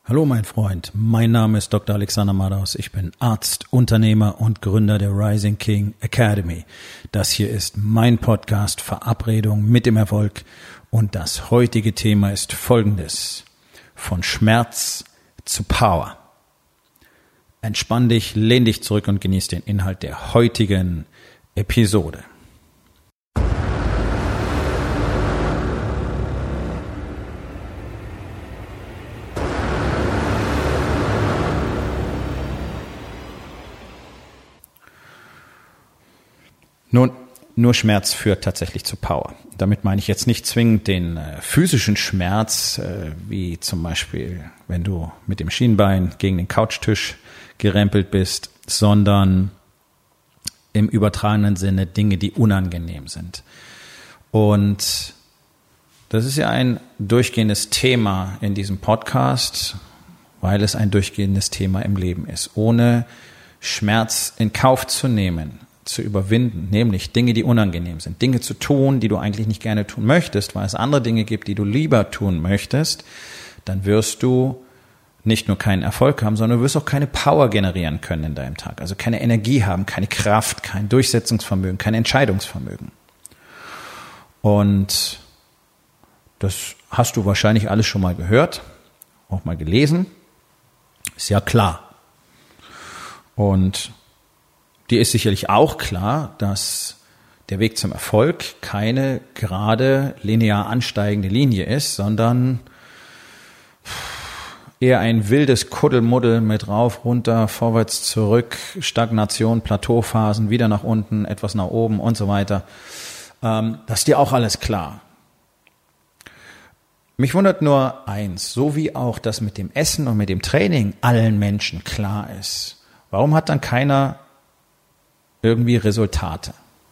Hallo mein Freund, mein Name ist Dr. Alexander Madaus. Ich bin Arzt, Unternehmer und Gründer der Rising King Academy. Das hier ist mein Podcast Verabredung mit dem Erfolg und das heutige Thema ist folgendes: Von Schmerz zu Power. Entspann dich, lehn dich zurück und genieß den Inhalt der heutigen Episode. Nun, nur Schmerz führt tatsächlich zu Power. Damit meine ich jetzt nicht zwingend den physischen Schmerz, wie zum Beispiel, wenn du mit dem Schienbein gegen den Couchtisch gerempelt bist, sondern im übertragenen Sinne Dinge, die unangenehm sind. Und das ist ja ein durchgehendes Thema in diesem Podcast, weil es ein durchgehendes Thema im Leben ist. Ohne Schmerz in Kauf zu nehmen, zu überwinden, nämlich Dinge, die unangenehm sind, Dinge zu tun, die du eigentlich nicht gerne tun möchtest, weil es andere Dinge gibt, die du lieber tun möchtest, dann wirst du nicht nur keinen Erfolg haben, sondern du wirst auch keine Power generieren können in deinem Tag, also keine Energie haben, keine Kraft, kein Durchsetzungsvermögen, kein Entscheidungsvermögen. Und das hast du wahrscheinlich alles schon mal gehört, auch mal gelesen, ist ja klar. Und dir ist sicherlich auch klar, dass der Weg zum Erfolg keine gerade linear ansteigende Linie ist, sondern eher ein wildes Kuddelmuddel mit rauf, runter, vorwärts, zurück, Stagnation, Plateauphasen, wieder nach unten, etwas nach oben und so weiter. Das ist dir auch alles klar. Mich wundert nur eins, so wie auch das mit dem Essen und mit dem Training allen Menschen klar ist. Warum hat dann keiner irgendwie Resultate?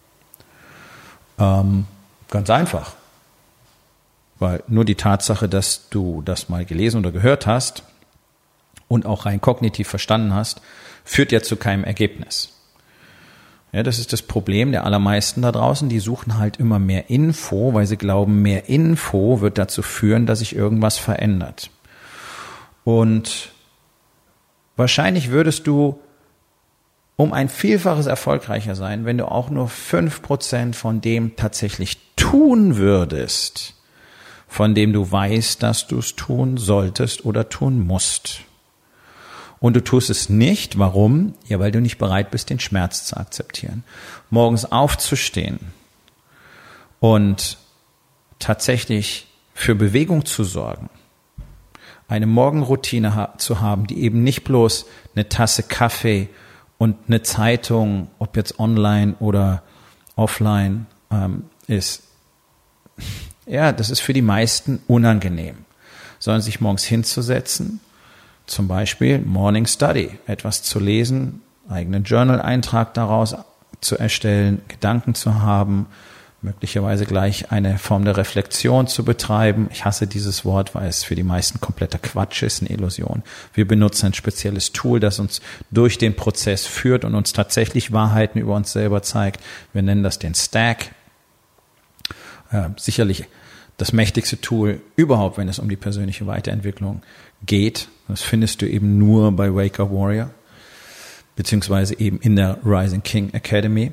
Ganz einfach. Weil nur die Tatsache, dass du das mal gelesen oder gehört hast und auch rein kognitiv verstanden hast, führt ja zu keinem Ergebnis. Ja, das ist das Problem der allermeisten da draußen. Die suchen halt immer mehr Info, weil sie glauben, mehr Info wird dazu führen, dass sich irgendwas verändert. Und wahrscheinlich würdest du um ein Vielfaches erfolgreicher sein, wenn du auch nur 5% von dem tatsächlich tun würdest, von dem du weißt, dass du es tun solltest oder tun musst. Und du tust es nicht. Warum? Ja, weil du nicht bereit bist, den Schmerz zu akzeptieren. Morgens aufzustehen und tatsächlich für Bewegung zu sorgen, eine Morgenroutine zu haben, die eben nicht bloß eine Tasse Kaffee und eine Zeitung, ob jetzt online oder offline, ist. Ja, das ist für die meisten unangenehm, sondern sich morgens hinzusetzen, zum Beispiel Morning Study, etwas zu lesen, eigenen Journal-Eintrag daraus zu erstellen, Gedanken zu haben, möglicherweise gleich eine Form der Reflexion zu betreiben. Ich hasse dieses Wort, weil es für die meisten kompletter Quatsch ist, eine Illusion. Wir benutzen ein spezielles Tool, das uns durch den Prozess führt und uns tatsächlich Wahrheiten über uns selber zeigt. Wir nennen das den Stack. Sicherlich das mächtigste Tool überhaupt, wenn es um die persönliche Weiterentwicklung geht. Das findest du eben nur bei Wake Up Warrior, beziehungsweise eben in der Rising King Academy.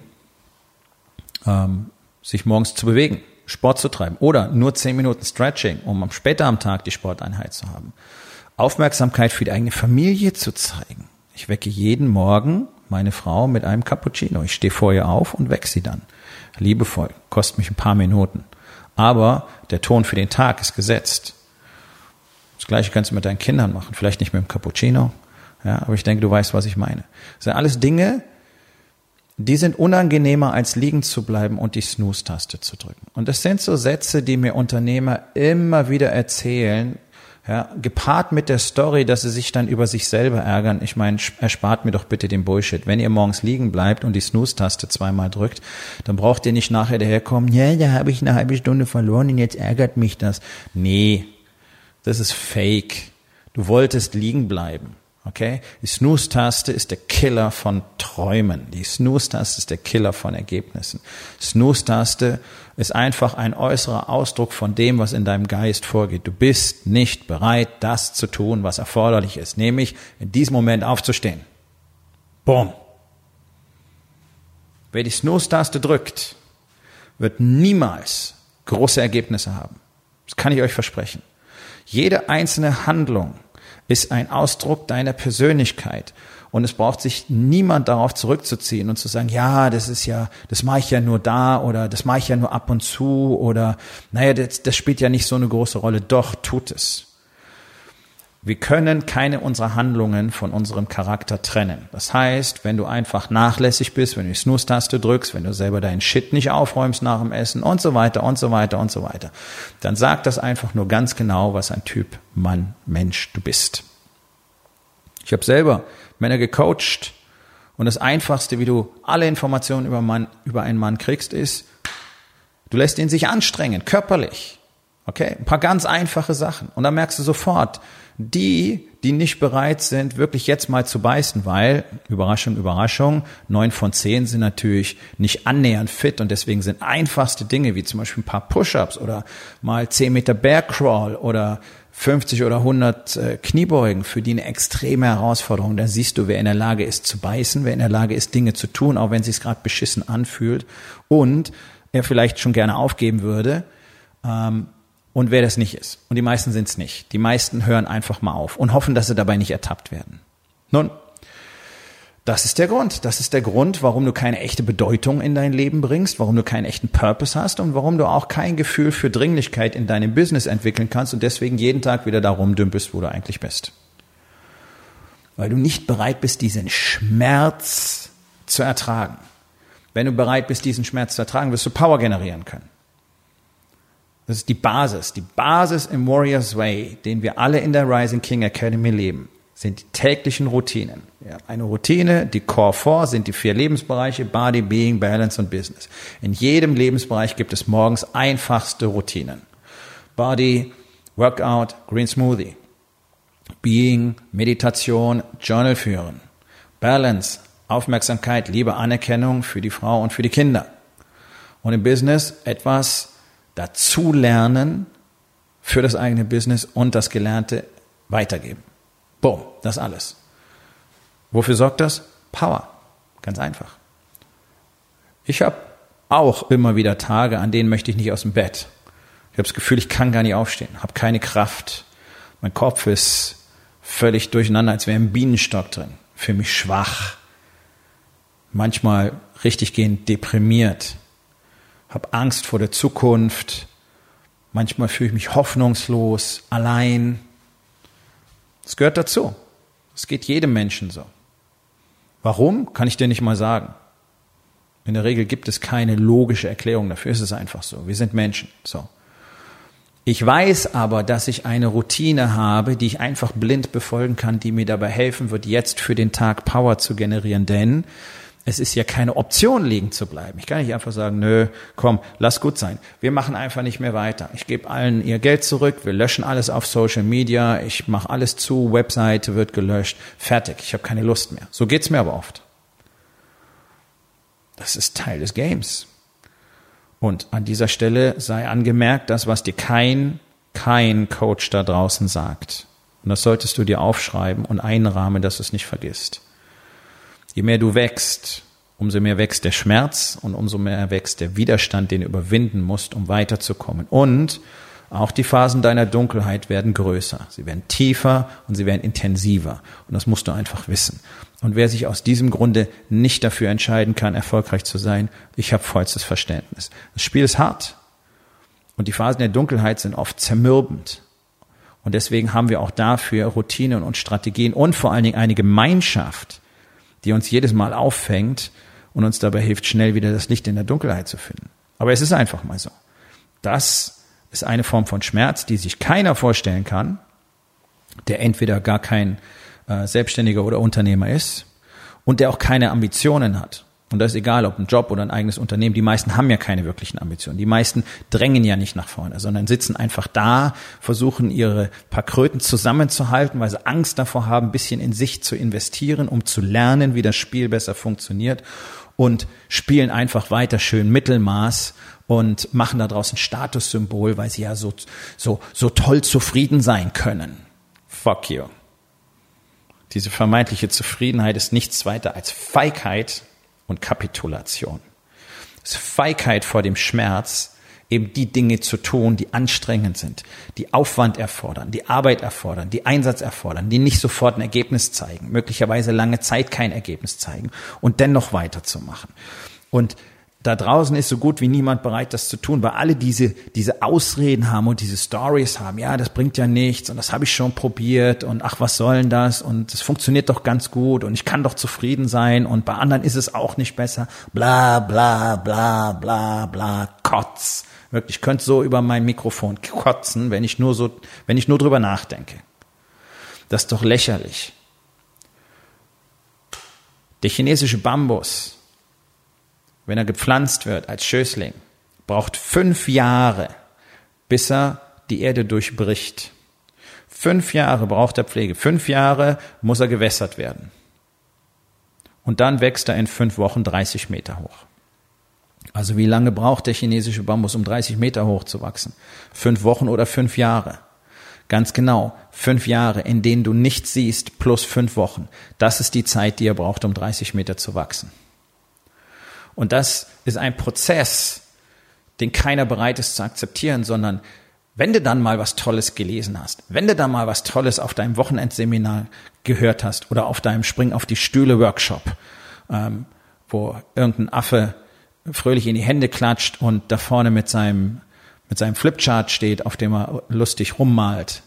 Sich morgens zu bewegen, Sport zu treiben oder nur 10 Minuten Stretching, um später am Tag die Sporteinheit zu haben. Aufmerksamkeit für die eigene Familie zu zeigen. Ich wecke jeden Morgen meine Frau mit einem Cappuccino. Ich stehe vor ihr auf und wecke sie dann. Liebevoll, kostet mich ein paar Minuten. Aber der Ton für den Tag ist gesetzt. Das Gleiche kannst du mit deinen Kindern machen. Vielleicht nicht mit dem Cappuccino, ja, aber ich denke, du weißt, was ich meine. Das sind alles Dinge, die sind unangenehmer, als liegen zu bleiben und die Snooze-Taste zu drücken. Und das sind so Sätze, die mir Unternehmer immer wieder erzählen, ja, gepaart mit der Story, dass sie sich dann über sich selber ärgern. Ich meine, erspart mir doch bitte den Bullshit. Wenn ihr morgens liegen bleibt und die Snooze-Taste zweimal drückt, dann braucht ihr nicht nachher daherkommen, ja, da habe ich eine halbe Stunde verloren und jetzt ärgert mich das. Nee, das ist fake. Du wolltest liegen bleiben. Okay? Die Snooze-Taste ist der Killer von Träumen. Die Snooze-Taste ist der Killer von Ergebnissen. Snooze-Taste ist einfach ein äußerer Ausdruck von dem, was in deinem Geist vorgeht. Du bist nicht bereit, das zu tun, was erforderlich ist, nämlich in diesem Moment aufzustehen. Boom. Wer die Snooze-Taste drückt, wird niemals große Ergebnisse haben. Das kann ich euch versprechen. Jede einzelne Handlung ist ein Ausdruck deiner Persönlichkeit. Und es braucht sich niemand darauf zurückzuziehen und zu sagen, ja, das mache ich ja nur da oder das mache ich ja nur ab und zu oder naja, das spielt ja nicht so eine große Rolle. Doch, tut es. Wir können keine unserer Handlungen von unserem Charakter trennen. Das heißt, wenn du einfach nachlässig bist, wenn du die Snooze-Taste drückst, wenn du selber deinen Shit nicht aufräumst nach dem Essen und so weiter und so weiter und so weiter, dann sagt das einfach nur ganz genau, was ein Typ, Mann, Mensch du bist. Ich habe selber Männer gecoacht und das Einfachste, wie du alle Informationen über einen Mann kriegst, ist, du lässt ihn sich anstrengen, körperlich. Okay? Ein paar ganz einfache Sachen. Und dann merkst du sofort, die nicht bereit sind, wirklich jetzt mal zu beißen, weil, Überraschung, Überraschung, 9 von 10 sind natürlich nicht annähernd fit und deswegen sind einfachste Dinge, wie zum Beispiel ein paar Push-Ups oder mal 10 Meter Bear Crawl oder 50 oder 100 Kniebeugen, für die eine extreme Herausforderung. Da siehst du, wer in der Lage ist zu beißen, wer in der Lage ist, Dinge zu tun, auch wenn es sich gerade beschissen anfühlt und er vielleicht schon gerne aufgeben würde, und wer das nicht ist. Und die meisten sind es nicht. Die meisten hören einfach mal auf und hoffen, dass sie dabei nicht ertappt werden. Nun, das ist der Grund. Das ist der Grund, warum du keine echte Bedeutung in dein Leben bringst, warum du keinen echten Purpose hast und warum du auch kein Gefühl für Dringlichkeit in deinem Business entwickeln kannst und deswegen jeden Tag wieder da rumdümpelst, wo du eigentlich bist. Weil du nicht bereit bist, diesen Schmerz zu ertragen. Wenn du bereit bist, diesen Schmerz zu ertragen, wirst du Power generieren können. Das ist die Basis im Warrior's Way, den wir alle in der Rising King Academy leben, sind die täglichen Routinen. Ja, eine Routine, die Core 4 sind die 4 Lebensbereiche, Body, Being, Balance und Business. In jedem Lebensbereich gibt es morgens einfachste Routinen. Body, Workout, Green Smoothie. Being, Meditation, Journal führen. Balance, Aufmerksamkeit, Liebe, Anerkennung für die Frau und für die Kinder. Und im Business etwas dazu lernen für das eigene Business und das Gelernte weitergeben. Boom, das alles. Wofür sorgt das? Power. Ganz einfach. Ich habe auch immer wieder Tage, an denen möchte ich nicht aus dem Bett. Ich habe das Gefühl, ich kann gar nicht aufstehen, habe keine Kraft. Mein Kopf ist völlig durcheinander, als wäre ein Bienenstock drin. Für mich schwach. Manchmal richtiggehend deprimiert. Habe Angst vor der Zukunft, manchmal fühle ich mich hoffnungslos, allein. Das gehört dazu. Das geht jedem Menschen so. Warum, kann ich dir nicht mal sagen. In der Regel gibt es keine logische Erklärung dafür, ist es einfach so. Wir sind Menschen. So. Ich weiß aber, dass ich eine Routine habe, die ich einfach blind befolgen kann, die mir dabei helfen wird, jetzt für den Tag Power zu generieren, denn es ist ja keine Option, liegen zu bleiben. Ich kann nicht einfach sagen, nö, komm, lass gut sein. Wir machen einfach nicht mehr weiter. Ich gebe allen ihr Geld zurück, wir löschen alles auf Social Media, ich mache alles zu, Webseite wird gelöscht, fertig, ich habe keine Lust mehr. So geht's mir aber oft. Das ist Teil des Games. Und an dieser Stelle sei angemerkt, das, was dir kein Coach da draußen sagt. Und das solltest du dir aufschreiben und einrahmen, dass du es nicht vergisst. Je mehr du wächst, umso mehr wächst der Schmerz und umso mehr wächst der Widerstand, den du überwinden musst, um weiterzukommen. Und auch die Phasen deiner Dunkelheit werden größer. Sie werden tiefer und sie werden intensiver. Und das musst du einfach wissen. Und wer sich aus diesem Grunde nicht dafür entscheiden kann, erfolgreich zu sein, ich habe vollstes Verständnis. Das Spiel ist hart. Und die Phasen der Dunkelheit sind oft zermürbend. Und deswegen haben wir auch dafür Routinen und Strategien und vor allen Dingen eine Gemeinschaft, die uns jedes Mal auffängt und uns dabei hilft, schnell wieder das Licht in der Dunkelheit zu finden. Aber es ist einfach mal so. Das ist eine Form von Schmerz, die sich keiner vorstellen kann, der entweder gar kein Selbstständiger oder Unternehmer ist und der auch keine Ambitionen hat. Und das ist egal, ob ein Job oder ein eigenes Unternehmen. Die meisten haben ja keine wirklichen Ambitionen. Die meisten drängen ja nicht nach vorne, sondern sitzen einfach da, versuchen ihre paar Kröten zusammenzuhalten, weil sie Angst davor haben, ein bisschen in sich zu investieren, um zu lernen, wie das Spiel besser funktioniert, und spielen einfach weiter schön Mittelmaß und machen daraus ein Statussymbol, weil sie ja so toll zufrieden sein können. Fuck you. Diese vermeintliche Zufriedenheit ist nichts weiter als Feigheit und Kapitulation. Es ist Feigheit vor dem Schmerz, eben die Dinge zu tun, die anstrengend sind, die Aufwand erfordern, die Arbeit erfordern, die Einsatz erfordern, die nicht sofort ein Ergebnis zeigen, möglicherweise lange Zeit kein Ergebnis zeigen und dennoch weiterzumachen. Und da draußen ist so gut wie niemand bereit, das zu tun, weil alle diese Ausreden haben und diese Stories haben. Ja, das bringt ja nichts und das habe ich schon probiert und ach, was soll denn das und das funktioniert doch ganz gut und ich kann doch zufrieden sein und bei anderen ist es auch nicht besser. Bla, bla, bla, bla, bla, Kotz. Wirklich, ich könnte so über mein Mikrofon kotzen, wenn ich nur drüber nachdenke. Das ist doch lächerlich. Der chinesische Bambus, wenn er gepflanzt wird als Schößling, braucht 5 Jahre, bis er die Erde durchbricht. 5 Jahre braucht er Pflege. 5 Jahre muss er gewässert werden. Und dann wächst er in 5 Wochen 30 Meter hoch. Also wie lange braucht der chinesische Bambus, um 30 Meter hoch zu wachsen? 5 Wochen oder 5 Jahre? Ganz genau, 5 Jahre, in denen du nichts siehst, plus 5 Wochen. Das ist die Zeit, die er braucht, um 30 Meter zu wachsen. Und das ist ein Prozess, den keiner bereit ist zu akzeptieren, sondern wenn du dann mal was Tolles gelesen hast, wenn du dann mal was Tolles auf deinem Wochenendseminar gehört hast oder auf deinem Spring auf die Stühle-Workshop, wo irgendein Affe fröhlich in die Hände klatscht und da vorne mit seinem Flipchart steht, auf dem er lustig rummalt.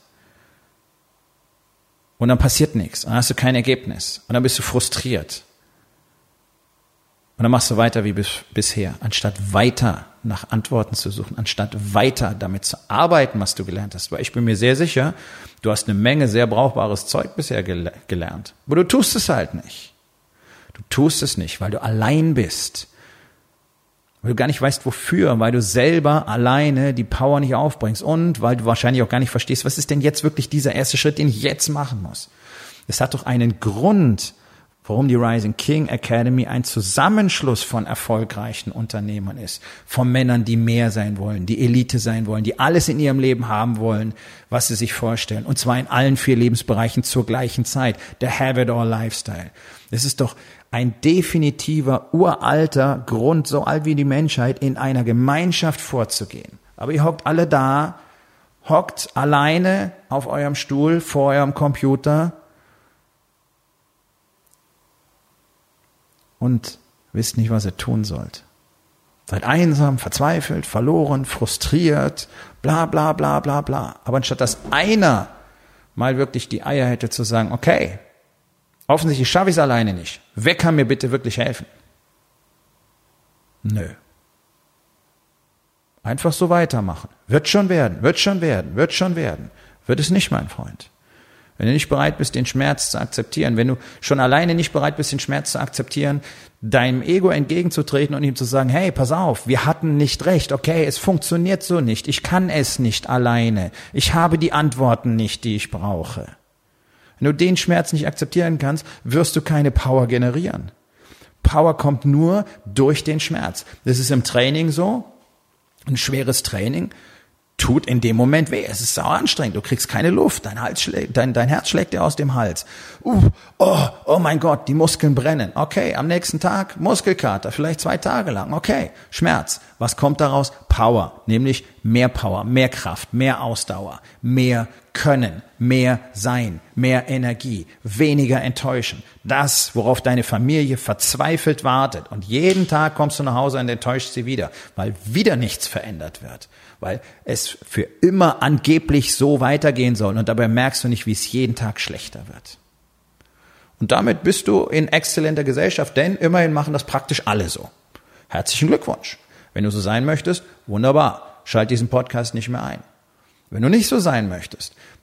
Und dann passiert nichts, dann hast du kein Ergebnis und dann bist du frustriert. Und dann machst du weiter wie bisher, anstatt weiter nach Antworten zu suchen, anstatt weiter damit zu arbeiten, was du gelernt hast. Weil ich bin mir sehr sicher, du hast eine Menge sehr brauchbares Zeug bisher gelernt. Aber du tust es halt nicht. Du tust es nicht, weil du allein bist. Weil du gar nicht weißt, wofür, weil du selber alleine die Power nicht aufbringst und weil du wahrscheinlich auch gar nicht verstehst, was ist denn jetzt wirklich dieser erste Schritt, den ich jetzt machen muss. Es hat doch einen Grund, warum die Rising King Academy ein Zusammenschluss von erfolgreichen Unternehmern ist. Von Männern, die mehr sein wollen, die Elite sein wollen, die alles in ihrem Leben haben wollen, was sie sich vorstellen. Und zwar in allen 4 Lebensbereichen zur gleichen Zeit. Der Have-it-all-Lifestyle. Es ist doch ein definitiver, uralter Grund, so alt wie die Menschheit, in einer Gemeinschaft vorzugehen. Aber ihr hockt alle da, hockt alleine auf eurem Stuhl, vor eurem Computer und wisst nicht, was ihr tun sollt. Seid einsam, verzweifelt, verloren, frustriert, bla bla bla bla bla. Aber anstatt dass einer mal wirklich die Eier hätte zu sagen, okay, offensichtlich schaffe ich es alleine nicht. Wer kann mir bitte wirklich helfen? Nö. Einfach so weitermachen. Wird schon werden, wird schon werden, wird schon werden. Wird es nicht, mein Freund. Wenn du nicht bereit bist, den Schmerz zu akzeptieren, wenn du schon alleine nicht bereit bist, den Schmerz zu akzeptieren, deinem Ego entgegenzutreten und ihm zu sagen, hey, pass auf, wir hatten nicht recht, okay, es funktioniert so nicht, ich kann es nicht alleine, ich habe die Antworten nicht, die ich brauche. Wenn du den Schmerz nicht akzeptieren kannst, wirst du keine Power generieren. Power kommt nur durch den Schmerz. Das ist im Training so, ein schweres Training tut in dem Moment weh. Es ist sauer anstrengend. Du kriegst keine Luft. Dein Herz schlägt dir aus dem Hals. Oh mein Gott, die Muskeln brennen. Okay, am nächsten Tag Muskelkater, vielleicht 2 Tage lang. Okay, Schmerz. Was kommt daraus? Power, nämlich mehr Power, mehr Kraft, mehr Ausdauer, mehr Können, mehr Sein, mehr Energie, weniger enttäuschen. Das, worauf deine Familie verzweifelt wartet. Und jeden Tag kommst du nach Hause und enttäuscht sie wieder, weil wieder nichts verändert wird. Weil es für immer angeblich so weitergehen soll und dabei merkst du nicht, wie es jeden Tag schlechter wird. Und damit bist du in exzellenter Gesellschaft, denn immerhin machen das praktisch alle so. Herzlichen Glückwunsch. Wenn du so sein möchtest, wunderbar, schalt diesen Podcast nicht mehr ein. Wenn du nicht so sein möchtest,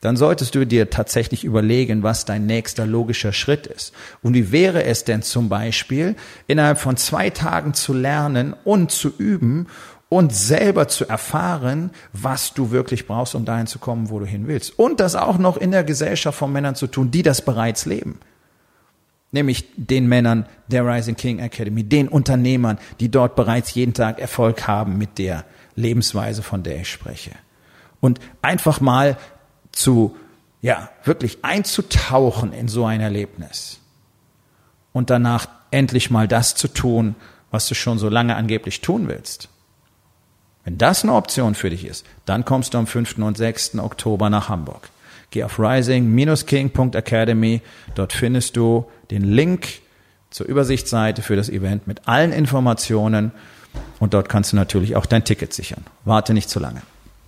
dann solltest du dir tatsächlich überlegen, was dein nächster logischer Schritt ist. Und wie wäre es denn zum Beispiel, innerhalb von 2 Tagen zu lernen und zu üben und selber zu erfahren, was du wirklich brauchst, um dahin zu kommen, wo du hin willst. Und das auch noch in der Gesellschaft von Männern zu tun, die das bereits leben. Nämlich den Männern der Rising King Academy, den Unternehmern, die dort bereits jeden Tag Erfolg haben mit der Lebensweise, von der ich spreche. Und einfach mal wirklich einzutauchen in so ein Erlebnis. Und danach endlich mal das zu tun, was du schon so lange angeblich tun willst. Wenn das eine Option für dich ist, dann kommst du am 5. und 6. Oktober nach Hamburg. Geh auf rising-king.academy. Dort findest du den Link zur Übersichtsseite für das Event mit allen Informationen. Und dort kannst du natürlich auch dein Ticket sichern. Warte nicht zu lange.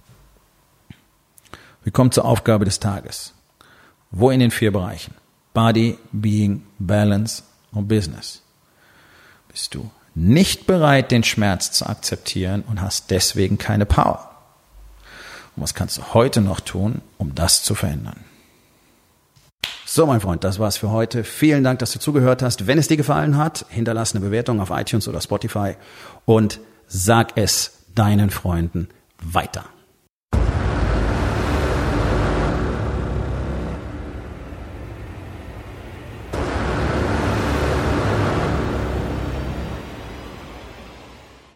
Wir kommen zur Aufgabe des Tages. Wo in den 4 Bereichen? Body, Being, Balance und Business. Bist du nicht bereit, den Schmerz zu akzeptieren und hast deswegen keine Power? Und was kannst du heute noch tun, um das zu verändern? So, mein Freund, das war's für heute. Vielen Dank, dass du zugehört hast. Wenn es dir gefallen hat, hinterlass eine Bewertung auf iTunes oder Spotify und sag es deinen Freunden weiter.